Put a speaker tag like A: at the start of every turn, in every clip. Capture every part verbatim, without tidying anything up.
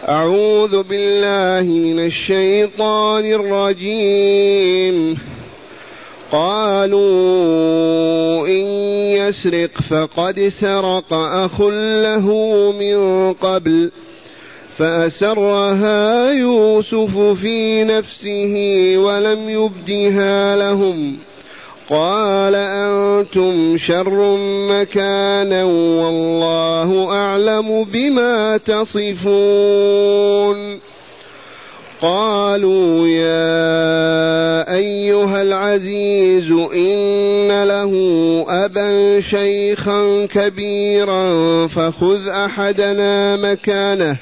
A: أعوذ بالله من الشيطان الرجيم. قالوا إن يسرق فقد سرق أخ له من قبل فأسرها يوسف في نفسه ولم يبدها لهم قال أنتم شر مكانا والله أعلم بما تصفون. قالوا يا أيها العزيز إن له أبا شيخا كبيرا فخذ أحدنا مكانه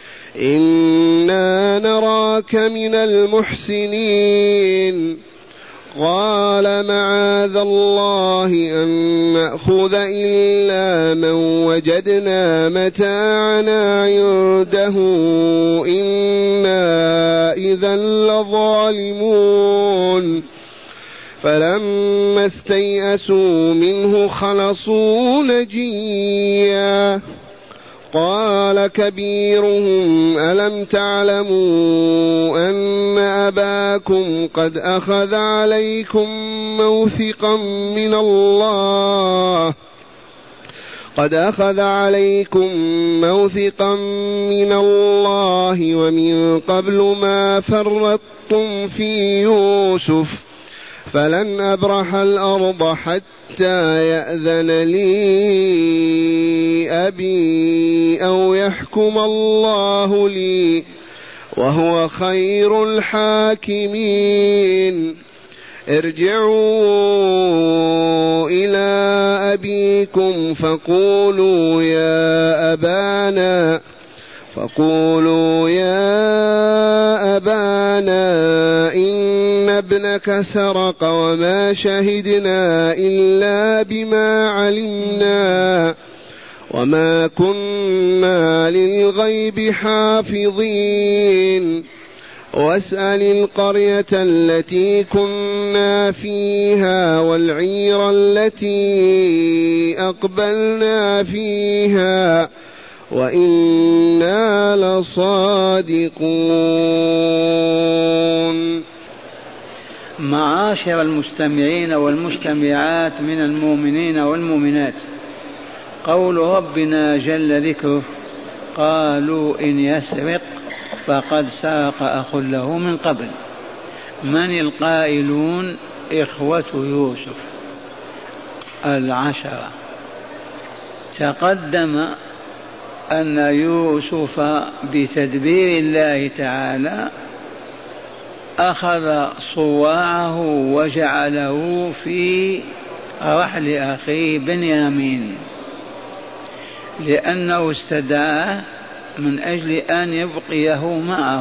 A: إنا نراك من المحسنين. قال معاذ الله أن نأخذ إلا من وجدنا متاعنا عنده إنا إذا لظالمون. فلما استيئسوا منه خلصوا نجيا. قال كبيرهم ألم تعلموا أن أباكم قد أخذ عليكم موثقا من الله قد أخذ عليكم موثقا من الله ومن قبل ما فرطتم في يوسف فلن أبرح الأرض حتى يأذن لي أبي أو يحكم الله لي وهو خير الحاكمين. ارجعوا إلى أبيكم فقولوا يا أبانا فقولوا يا أبانا إن ابنك سرق وما شهدنا إلا بما علمنا وما كنا للغيب حافظين. واسأل القرية التي كنا فيها والعير التي أقبلنا فيها وإنا لصادقون.
B: معاشر المستمعين والمستمعات من المؤمنين والمؤمنات، قول ربنا جل ذكره قالوا إن يسرق فقد سرق أخ له من قبل. من القائلون؟ إخوة يوسف العشرة. تقدم أن يوسف بتدبير الله تعالى أخذ صواعه وجعله في رحل أخيه بنيامين لأنه استدعاه من أجل أن يبقيه معه،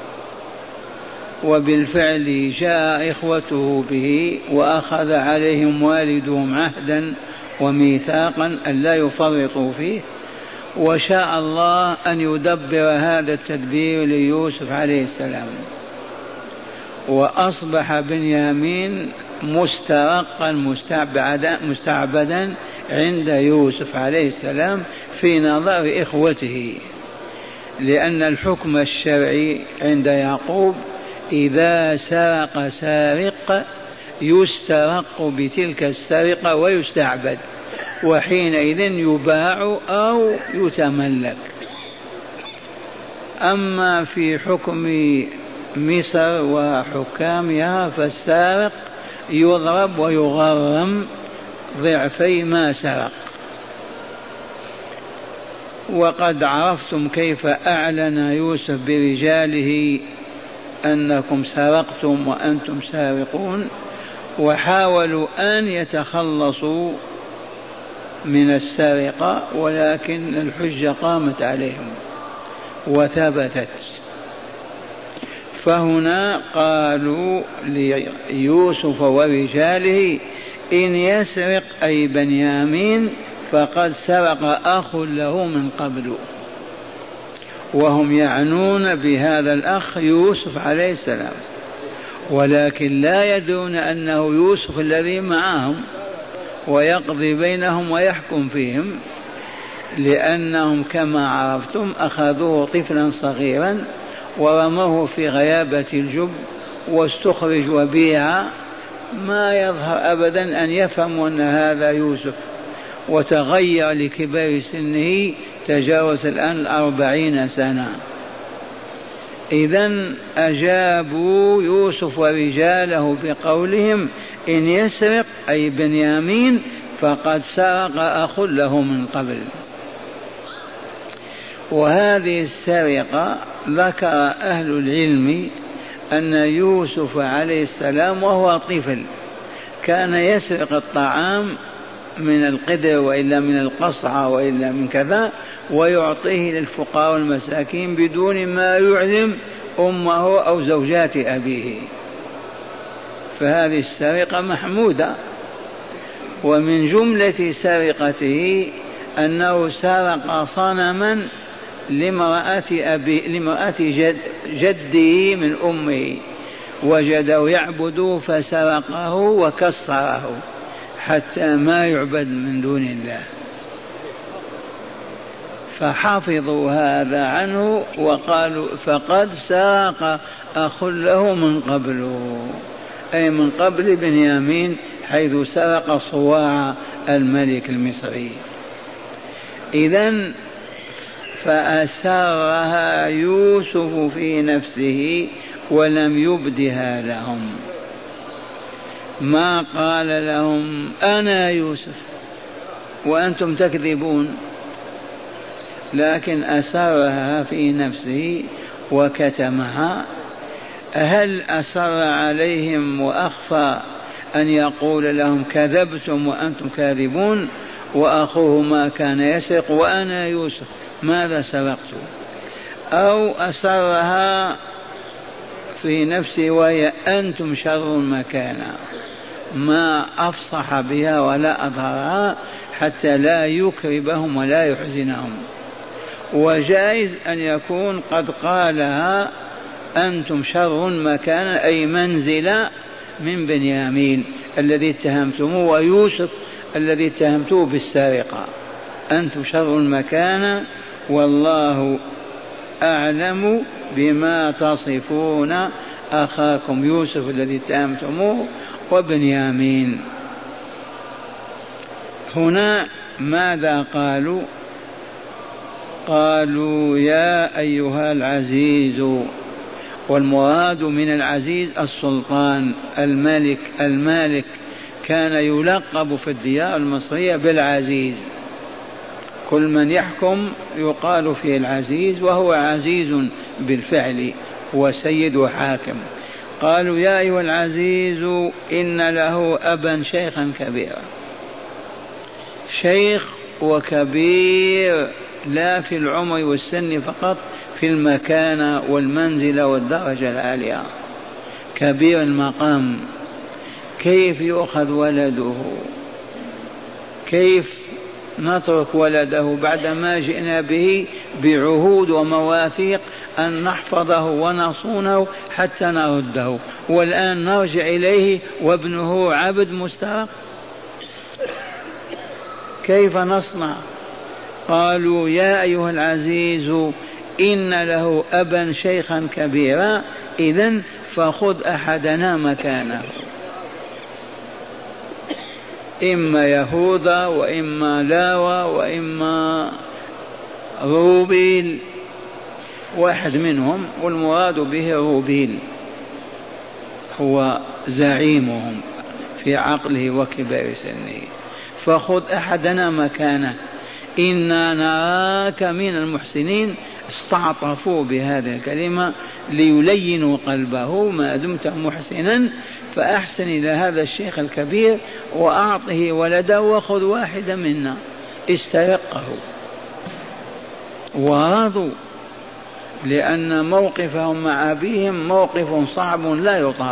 B: وبالفعل جاء إخوته به وأخذ عليهم والدهم عهدا وميثاقا أن لا يفرطوا فيه، وشاء الله أن يدبر هذا التدبير ليوسف عليه السلام، وأصبح بنيامين مسترقا مستعبدا, مستعبدا عند يوسف عليه السلام في نظر إخوته، لأن الحكم الشرعي عند يعقوب إذا سرق سارق يسترق بتلك السرقة ويستعبد، وحينئذ يباع أو يتملك. أما في حكم مصر وحكامها فالسارق يضرب ويغرم ضعفي ما سرق. وقد عرفتم كيف أعلن يوسف برجاله أنكم سرقتم وأنتم سارقون، وحاولوا أن يتخلصوا من السرقة، ولكن الحجة قامت عليهم وثبتت. فهنا قالوا ليوسف ورجاله إن يسرق أي بنيامين فقد سرق أخ له من قبل، وهم يعنون بهذا الأخ يوسف عليه السلام، ولكن لا يدرون أنه يوسف الذي معهم ويقضي بينهم ويحكم فيهم، لأنهم كما عرفتم أخذوه طفلا صغيرا ورموه في غيابة الجب واستخرج وبيع، ما يظهر أبدا أن يفهموا أن هذا يوسف، وتغير لكبر سنه، تجاوز الآن الأربعين سنة. إذن أجابوا يوسف ورجاله بقولهم إن يسرق أي بنيامين فقد سرق أخ له من قبل. وهذه السرقة ذكر أهل العلم أن يوسف عليه السلام وهو طفل كان يسرق الطعام من القدر وإلا من القصعة وإلا من كذا ويعطيه للفقراء والمساكين بدون ما يعلم أمه أو زوجات أبيه، فهذه السرقة محمودة. ومن جملة سرقته أنه سرق صنما لامرأة أبي لامرأة جد جده من أمه، وجده يعبد فسرقه وكسره حتى ما يعبد من دون الله، فحفظوا هذا عنه وقالوا فقد سرق أخ له من قبله، أي من قبل بنيامين حيث سرق صواع الملك المصري. إذن فأسرها يوسف في نفسه ولم يبدها لهم، ما قال لهم أنا يوسف وأنتم تكذبون، لكن أسرها في نفسه وكتمها. هل أسر عليهم وأخفى أن يقول لهم كذبتم وأنتم كاذبون وأخوه ما كان يسرق وأنا يوسف ماذا سرقت؟ أو أسرها في نفسه وهي أنتم شر مكانا، ما أفصح بها ولا أظهرها حتى لا يكربهم ولا يحزنهم. وجائز أن يكون قد قالها أنتم شر مكانا أي منزلا من بنيامين الذي اتهمتموه ويوسف الذي اتهمتوه بالسرقة، أنتم شر مكانا والله أعلم بما تصفون أخاكم يوسف الذي اتهمتموه وبنيامين. هنا ماذا قالوا؟ قالوا يا أيها العزيز، والمراد من العزيز السلطان الملك المالك، كان يلقب في الديار المصرية بالعزيز، كل من يحكم يقال فيه العزيز وهو عزيز بالفعل وسيد وحاكم. قالوا يا أيها العزيز إن له أبا شيخا كبيرا، شيخ وكبير لا في العمر والسن فقط، في المكانة والمنزلة والدرجة العالية، كبير المقام. كيف يؤخذ ولده؟ كيف نترك ولده بعدما جئنا به بعهود ومواثيق أن نحفظه ونصونه حتى نرده، والآن نرجع إليه وابنه عبد مسترق؟ كيف نصنع؟ قالوا يا أيها العزيز إن له أبا شيخا كبيرا، إذن فخذ أحدنا مكانه، إما يهوذا وإما لاوى وإما روبيل، واحد منهم، والمراد به روبيل هو زعيمهم في عقله وكبار سنه، فخذ أحدنا مكانه إنا نراك من المحسنين. استعطفوا بهذه الكلمة ليلينوا قلبه، ما دمت محسنا فأحسن إلى هذا الشيخ الكبير وأعطه ولده وخذ واحدا منا، استرقه. ورضوا، لأن موقفهم مع أبيهم موقف صعب لا يطاق،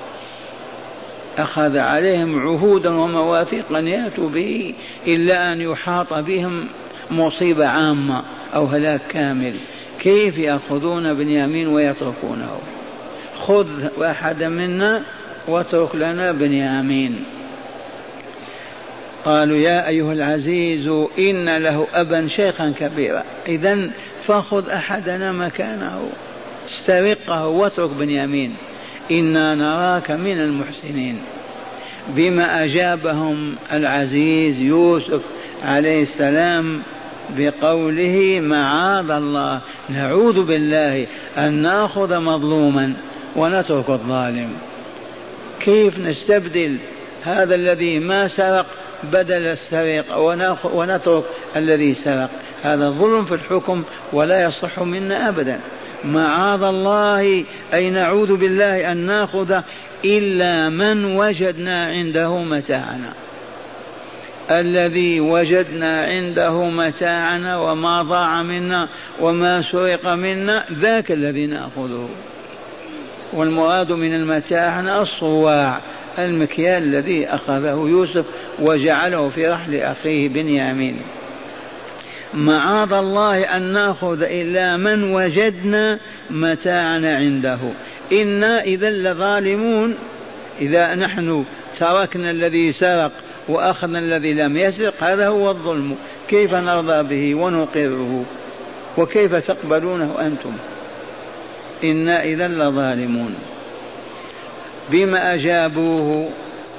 B: أخذ عليهم عهودا ومواثيق لن يأتوا به إلا أن يحاط بهم مصيبة عامة أو هلاك كامل. كيف يأخذون بنيامين ويتركونه؟ خذ واحدا منا واترك لنا بنيامين. قالوا يا أيها العزيز إن له أبا شيخا كبيرا، إذن فخذ أحدنا مكانه استرقه واترك بنيامين إنا نراك من المحسنين. بما أجابهم العزيز يوسف عليه السلام بقوله معاذ الله، نعوذ بالله أن نأخذ مظلوما ونترك الظالم. كيف نستبدل هذا الذي ما سرق بدل السرق ونترك الذي سرق؟ هذا ظلم في الحكم ولا يصح منا أبدا. معاذ الله أي نعوذ بالله أن نأخذ إلا من وجدنا عنده متاعنا، الذي وجدنا عنده متاعنا وما ضاع منا وما سرق منا ذاك الذي نأخذه. والمراد من المتاع الصواع، المكيال الذي أخذه يوسف وجعله في رحل أخيه بنيامين. معاذ الله أن نأخذ إلا من وجدنا متاعنا عنده، إنا إذا لظالمون. إذا نحن تركنا الذي سرق وأخذنا الذي لم يسرق هذا هو الظلم. كيف نرضى به ونقره وكيف تقبلونه أنتم؟ إنا إذا لظالمون. بما أجابوه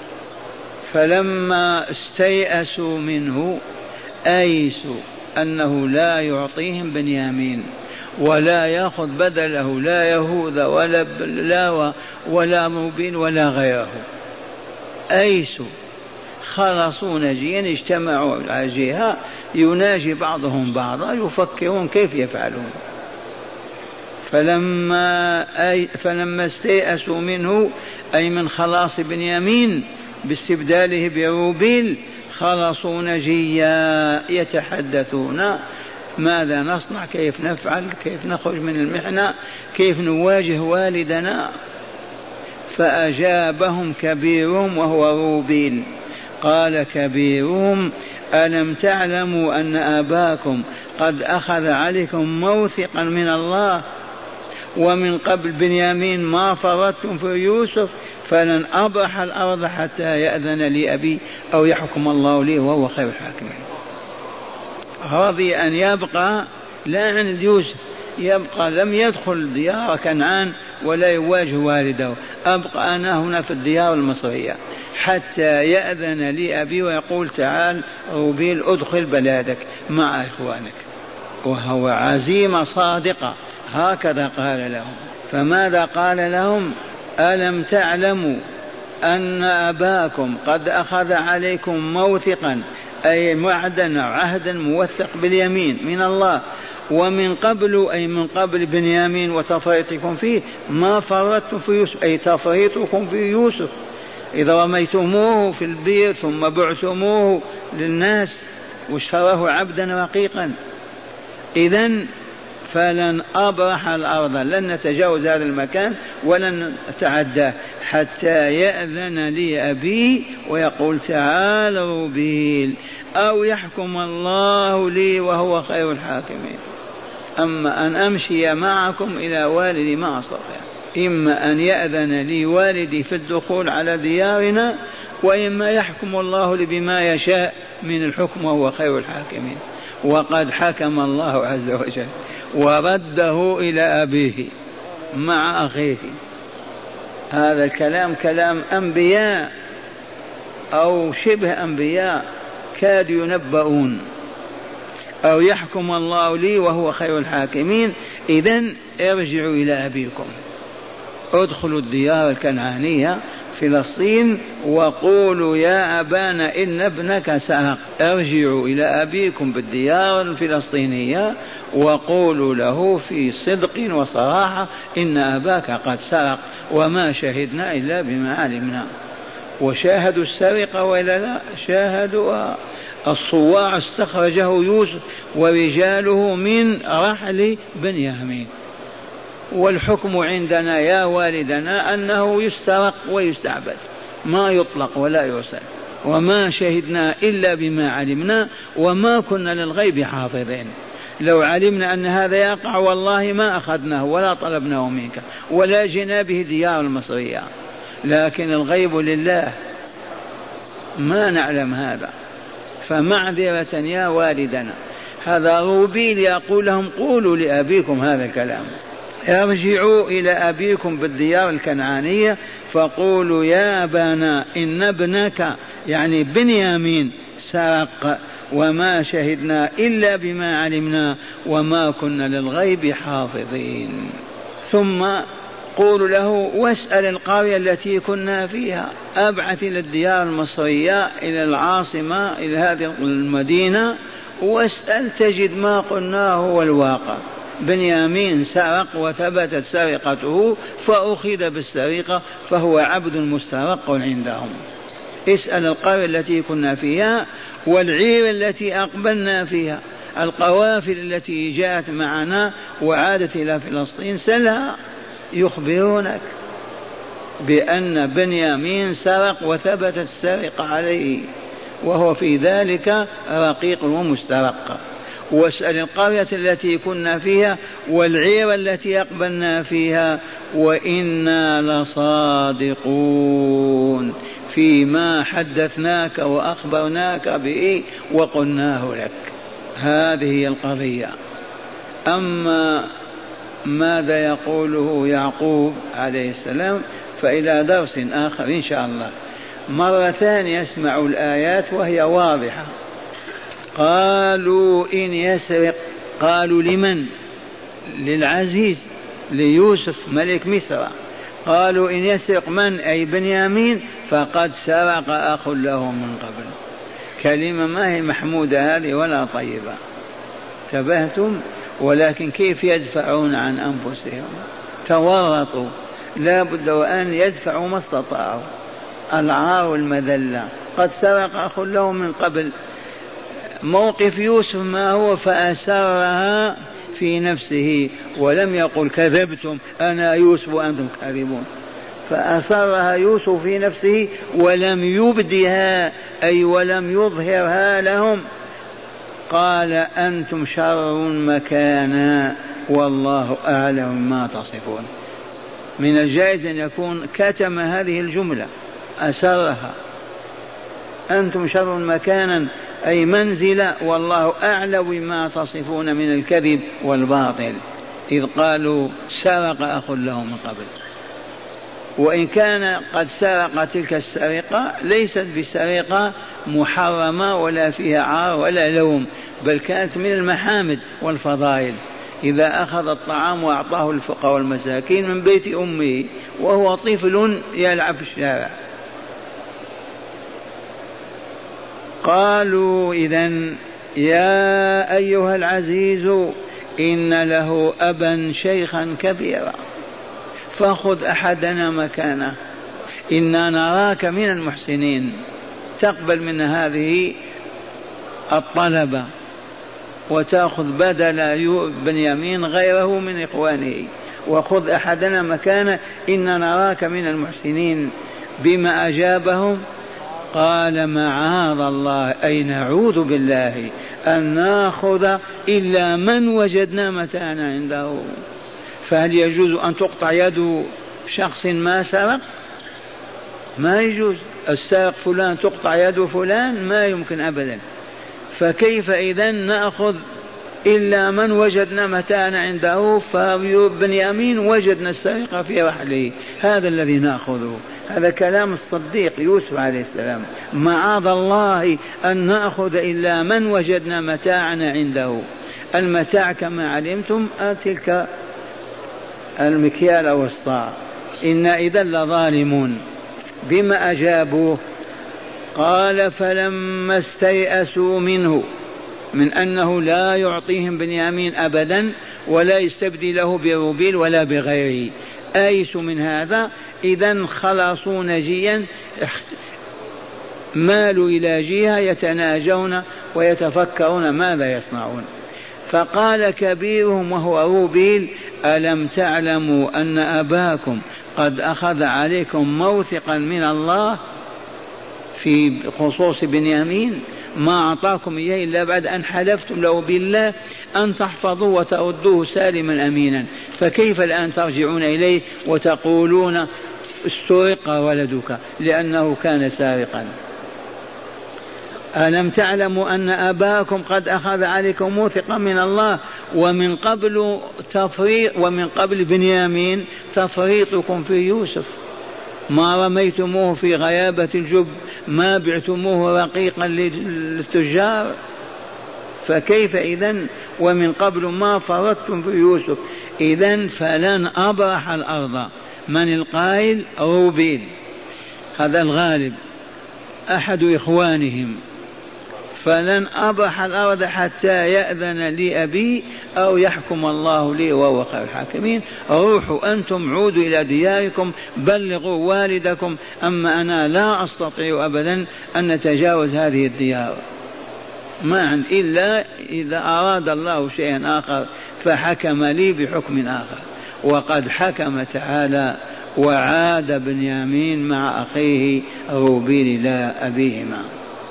B: فلما استيأسوا منه أيسوا أنه لا يعطيهم بنيامين ولا يأخذ بدله لا يهوذا ولا بلاوى ولا موبين ولا غيره. أيسوا خلصوا نجيا، اجتمعوا على جهة يناجي بعضهم بعضا يفكرون كيف يفعلون. فلما, أي فلما استيأسوا منه أي من خلاص بنيامين باستبداله بروبيل خلصوا نجيا يتحدثون ماذا نصنع، كيف نفعل، كيف نخرج من المحنة، كيف نواجه والدنا. فأجابهم كبيرهم وهو روبيل قال كبيرهم ألم تعلموا أن أباكم قد أخذ عليكم موثقا من الله ومن قبل بنيامين ما فرطتم في يوسف فلن أبرح الأرض حتى يأذن لي أبي أو يحكم الله لي وهو خير الحاكمين. رضي أن يبقى لا عند يوسف، يبقى لم يدخل ديار كنعان ولا يواجه والده، أبقى أنا هنا في الديار المصرية حتى يأذن لي أبي ويقول تعال روبيل أدخل بلادك مع إخوانك. وهو عزيمة صادقة هكذا قال لهم. فماذا قال لهم؟ ألم تعلموا أن أباكم قد أخذ عليكم موثقا أي معدنا عهدا موثق باليمين من الله ومن قبل أي من قبل بنيامين وتفريطكم فيه ما فرطتم في يوسف أي تفريطكم في يوسف إذا رميتموه في البير ثم بعتموه للناس واشتراه عبدا رقيقا. إذن فلن أبرح الأرض، لن نتجاوز هذا المكان ولن نتعداه حتى يأذن لي أبي ويقول تعال روبيل أو يحكم الله لي وهو خير الحاكمين. أما أن أمشي معكم إلى والدي ما أستطيع، إما أن يأذن لي والدي في الدخول على ديارنا وإما يحكم الله لي بما يشاء من الحكم وهو خير الحاكمين. وقد حكم الله عز وجل ورده إلى أبيه مع أخيه. هذا الكلام كلام أنبياء أو شبه أنبياء كادوا ينبؤون. أو يحكم الله لي وهو خير الحاكمين. إذن ارجعوا إلى أبيكم، ادخلوا الديار الكنعانية فلسطين وقولوا يا أبانا إن ابنك سرق. ارجعوا إلى أبيكم بالديار الفلسطينية وقولوا له في صدق وصراحة إن أباك قد سرق وما شهدنا إلا بما علمنا. وشاهدوا السرقة وإلا لا؟ شاهدوا. الصواع استخرجه يوسف ورجاله من رحل بنيامين. والحكم عندنا يا والدنا أنه يسترق ويستعبد ما يطلق ولا يرسل. وما شهدنا إلا بما علمنا وما كنا للغيب حافظين. لو علمنا أن هذا يقع والله ما أخذناه ولا طلبناه منك ولا جئنا به ديار المصرية، لكن الغيب لله ما نعلم هذا. فمعذرة يا والدنا. هذا روبيل يقول لهم قولوا لأبيكم هذا الكلام، ارجعوا إلى أبيكم بالديار الكنعانية فقولوا يا أبانا إن ابنك يعني بنيامين سرق وما شهدنا إلا بما علمنا وما كنا للغيب حافظين. ثم قولوا له واسأل القرية التي كنا فيها، أبعث إلى الديار المصرية إلى العاصمة إلى هذه المدينة واسأل تجد ما قلناه هو الواقع. بنيامين سرق وثبتت سرقته فأخذ بالسرقة فهو عبد مسترق عندهم. اسأل القرية التي كنا فيها والعير التي أقبلنا فيها، القوافل التي جاءت معنا وعادت إلى فلسطين سلها يخبرونك بأن بنيامين سرق وثبتت السرقة عليه وهو في ذلك رقيق ومسترق. واسأل القرية التي كنا فيها والعير التي أقبلنا فيها وإنا لصادقون فيما حدثناك وأخبرناك به وقلناه لك. هذه هي القضية. أما ماذا يقوله يعقوب عليه السلام فإلى درس آخر إن شاء الله. مرة ثانية اسمعوا الآيات وهي واضحة. قالوا إن يسرق، قالوا لمن؟ للعزيز ليوسف ملك مصر. قالوا إن يسرق من؟ أي بنيامين فقد سرق أخ له من قبل. كلمة ما هي محمودة هذه ولا طيبة، تبهتم. ولكن كيف يدفعون عن أنفسهم؟ تورطوا، لا بد وأن يدفعوا ما استطاعوا. العار والمذلة. قد سرق أخ له من قبل. موقف يوسف ما هو؟ فأسرها في نفسه ولم يقل كذبتم أنا يوسف وأنتم كاذبون، فأسرها يوسف في نفسه ولم يبدها أي ولم يظهرها لهم. قال أنتم شر مكانا والله أعلم ما تصفون. من الجائز أن يكون كتم هذه الجملة أسرها. أنتم شر مكانا أي منزلة والله أعلم بما تصفون من الكذب والباطل، إذ قالوا سرق أخ له من قبل. وإن كان قد سرق تلك السرقة ليست بسرقة محرمة ولا فيها عار ولا لوم، بل كانت من المحامد والفضائل. إذا أخذ الطعام وأعطاه الفقراء والمساكين من بيت أمه وهو طفل يلعب في الشارع. قالوا إذن يا أيها العزيز إن له أبا شيخا كبيرا فخذ أحدنا مكانه إنا نراك من المحسنين. تقبل من هذه الطلبة وتأخذ بدل بنيامين غيره من إخوانه، وخذ أحدنا مكانه إنا نراك من المحسنين. بما أجابهم؟ قال معاذ الله أي نعوذ بالله أن نأخذ إلا من وجدنا متاعنا عنده. فهل يجوز أن تقطع يد شخص ما سرق؟ ما يجوز. السارق فلان تقطع يد فلان؟ ما يمكن أبدا. فكيف إذن نأخذ إلا من وجدنا متاعنا عنده؟ فبنيامين وجدنا السرقة في رحله، هذا الذي نأخذه. هذا كلام الصديق يوسف عليه السلام. معاذ الله أن نأخذ إلا من وجدنا متاعنا عنده. المتاع كما علمتم تلك المكيال والصاع. إنا إذا لظالمون. بما أجابوه؟ قال فلما استيأسوا منه من أنه لا يعطيهم بنيامين أبدا ولا يستبدله بروبيل ولا بغيره، أيسوا من هذا. إذن خلصوا نجيا، مالوا إلى جهة يتناجون ويتفكرون ماذا يصنعون. فقال كبيرهم وهو روبيل ألم تعلموا أن أباكم قد أخذ عليكم موثقا من الله في خصوص بنيامين، ما أعطاكم إياه إلا بعد أن حلفتم له بالله أن تحفظوه وتردوه سالما أمينا، فكيف الآن ترجعون إليه وتقولون استرق ولدك لأنه كان سارقا؟ ألم تعلموا أن أباكم قد أخذ عليكم موثقا من الله ومن قبل تفريط ومن قبل بنيامين تفريطكم في يوسف، ما رميتموه في غيابة الجب، ما بعتموه رقيقا للتجار، فكيف إذن ومن قبل ما فرطتم في يوسف؟ إذن فلن أبرح الأرض. من القائل؟ روبيل، هذا الغالب أحد إخوانهم. فلن أبرح الأرض حتى يأذن لي أبي أو يحكم الله لي وهو خير الحاكمين. روحوا أنتم، عودوا إلى دياركم، بلغوا والدكم، أما أنا لا أستطيع أبدا أن نتجاوز هذه الديار، ما عند إلا إذا أراد الله شيئا آخر فحكم لي بحكم آخر. وقد حكم تعالى وعاد بنيامين مع أخيه روبيل إلى أبيهما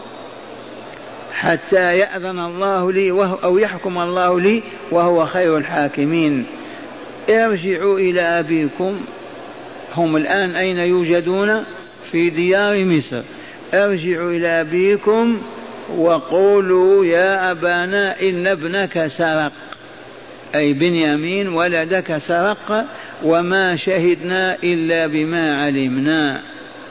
B: حتى يأذن الله لي وهو أو يحكم الله لي وهو خير الحاكمين. ارجعوا إلى أبيكم. هم الآن أين يوجدون؟ في ديار مصر. ارجعوا إلى أبيكم وقولوا يا أبانا إن ابنك سرق، أي بنيامين ولدك سرق، وما شهدنا إلا بما علمنا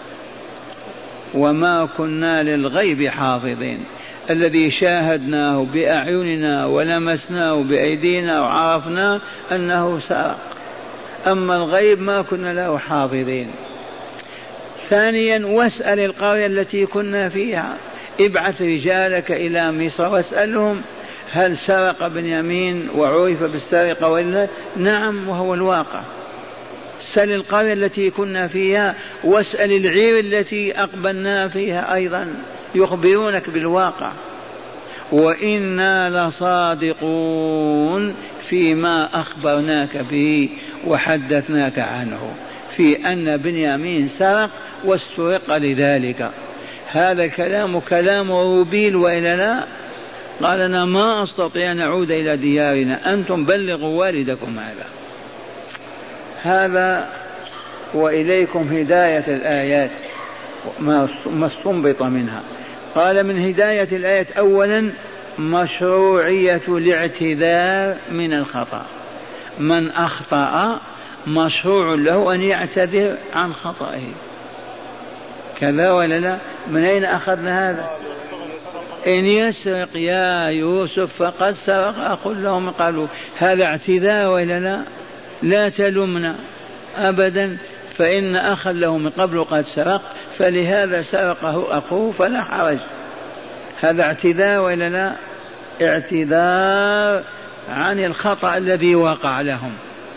B: وما كنا للغيب حافظين. الذي شاهدناه بأعيننا ولمسناه بأيدينا وعرفنا أنه سرق، أما الغيب ما كنا له حافظين. ثانيا واسأل القرية التي كنا فيها، ابعث رجالك إلى مصر واسألهم هل سرق بنيامين وعرف بالسرقة وإلا؟ نعم، وهو الواقع. سل القرية التي كنا فيها واسأل العير التي أقبلنا فيها أيضا، يخبرونك بالواقع. وإنا لصادقون فيما أخبرناك به وحدثناك عنه، في أن بنيامين سرق واسترق لذلك. هذا الكلام كلام روبيل وإلا لا؟ قال أنا ما أستطيع أن أعود إلى ديارنا، أنتم بلغوا والدكم هذا. هذا وإليكم هداية الآيات ما استنبط منها. قال من هداية الآيات أولا مشروعية الاعتذار من الخطأ. من أخطأ مشروع له أن يعتذر عن خطئه، كذا ولا لا؟ من أين أخذنا هذا؟ إن يسرق يا يوسف فقد سرق أخ لهم، قالوا هذا اعتذار ولا لا؟ لا تلمنا أبدا، فإن أخا له من قبل قد سرق فلهذا سرقه أخوه فلا حرج. هذا اعتذار ولا لا؟ اعتذار عن الخطأ الذي وقع لهم.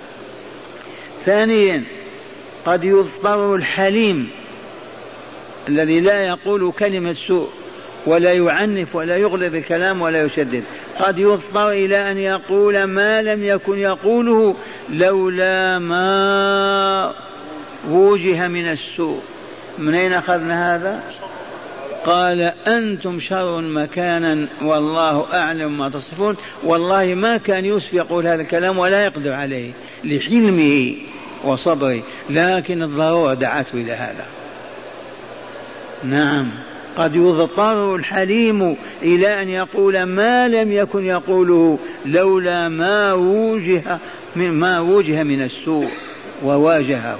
B: ثانيا قد يضطر الحليم الذي لا يقول كلمة سوء ولا يعنف ولا يغلظ الكلام ولا يشدد، قد يضطر إلى أن يقول ما لم يكن يقوله لولا ما وجه من السوء. من أين أخذنا هذا؟ قال أنتم شر مكانا والله أعلم ما تصفون. والله ما كان يوسف يقول هذا الكلام ولا يقدر عليه لحلمه وصبره، لكن الضرورة دعته إلى هذا. نعم، قد يضطر الحليم إلى أن يقول ما لم يكن يقوله لولا ما وجه من ما وجه من السوء وواجهه.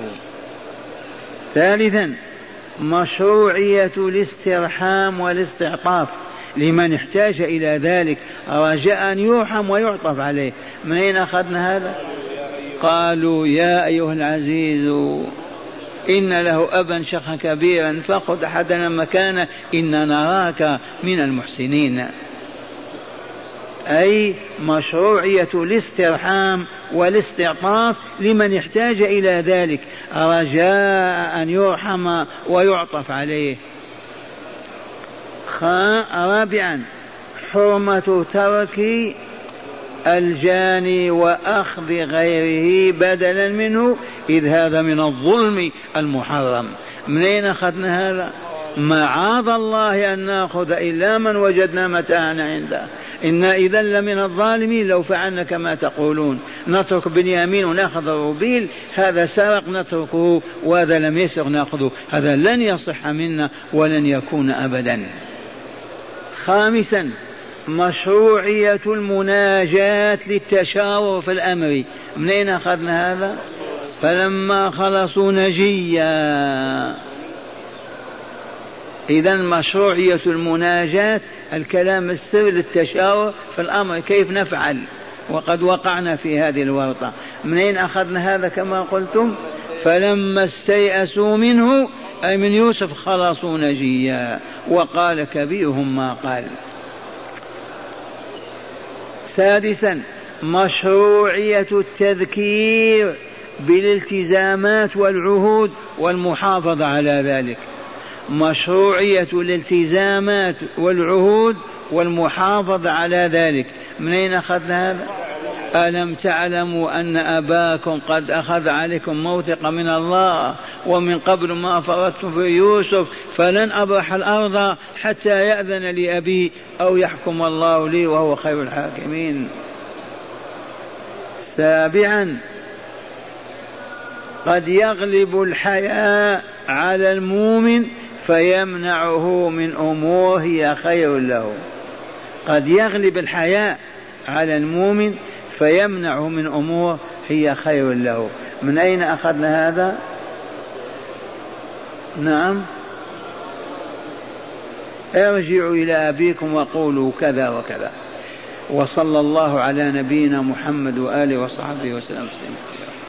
B: ثالثا مشروعية الاسترحام والاستعطاف لمن احتاج إلى ذلك رجاء أن يرحم ويعطف عليه. من أين أخذنا هذا؟ قالوا يا أيها العزيز إن له أبا شيخا كبيرا فخذ أحدنا مكانه إن نراك من المحسنين. أي مشروعية الاسترحام والاستعطاف لمن احتاج إلى ذلك رجاء أن يرحم ويعطف عليه. رابعا حرمة ترك الجاني وأخذ غيره بدلا منه، إذ هذا من الظلم المحرم. من أين أخذنا هذا؟ معاذ الله أن نأخذ إلا من وجدنا متاعنا عنده، إنا إذا لمن الظالمين لو فعلنا كما تقولون. نترك بنيامين ونأخذ روبيل، هذا سرق نتركه وهذا لم يسرق نأخذه، هذا لن يصح منا ولن يكون أبدا. خامسا مشروعية المناجاة للتشاور في الأمر. من أين أخذنا هذا؟ فلما خلصوا نجيا. إذن مشروعية المناجاة الكلام السر للتشاور في الأمر كيف نفعل، وقد وقعنا في هذه الورطة. من أين أخذنا هذا؟ كما قلتم فلما استيأسوا منه أي من يوسف خلصوا نجيا وقال كبيرهم ما قال. سادسا مشروعية التذكير بالالتزامات والعهود والمحافظة على ذلك. مشروعية الالتزامات والعهود والمحافظة على ذلك. من أين أخذنا هذا؟ ألم تعلموا أن أباكم قد أخذ عليكم موثقا من الله ومن قبل ما فرطتم في يوسف فلن أبرح الأرض حتى يأذن لي أبي أو يحكم الله لي وهو خير الحاكمين. سابعا قد يغلب الحياء على المؤمن فيمنعه من أمور هي خير له. قد يغلب الحياء على المؤمن فيمنعه من أمور هي خير له. من أين أخذنا هذا؟ نعم ارجعوا إلى أبيكم وقولوا كذا وكذا. وصلى الله على نبينا محمد وآله وصحبه وسلم.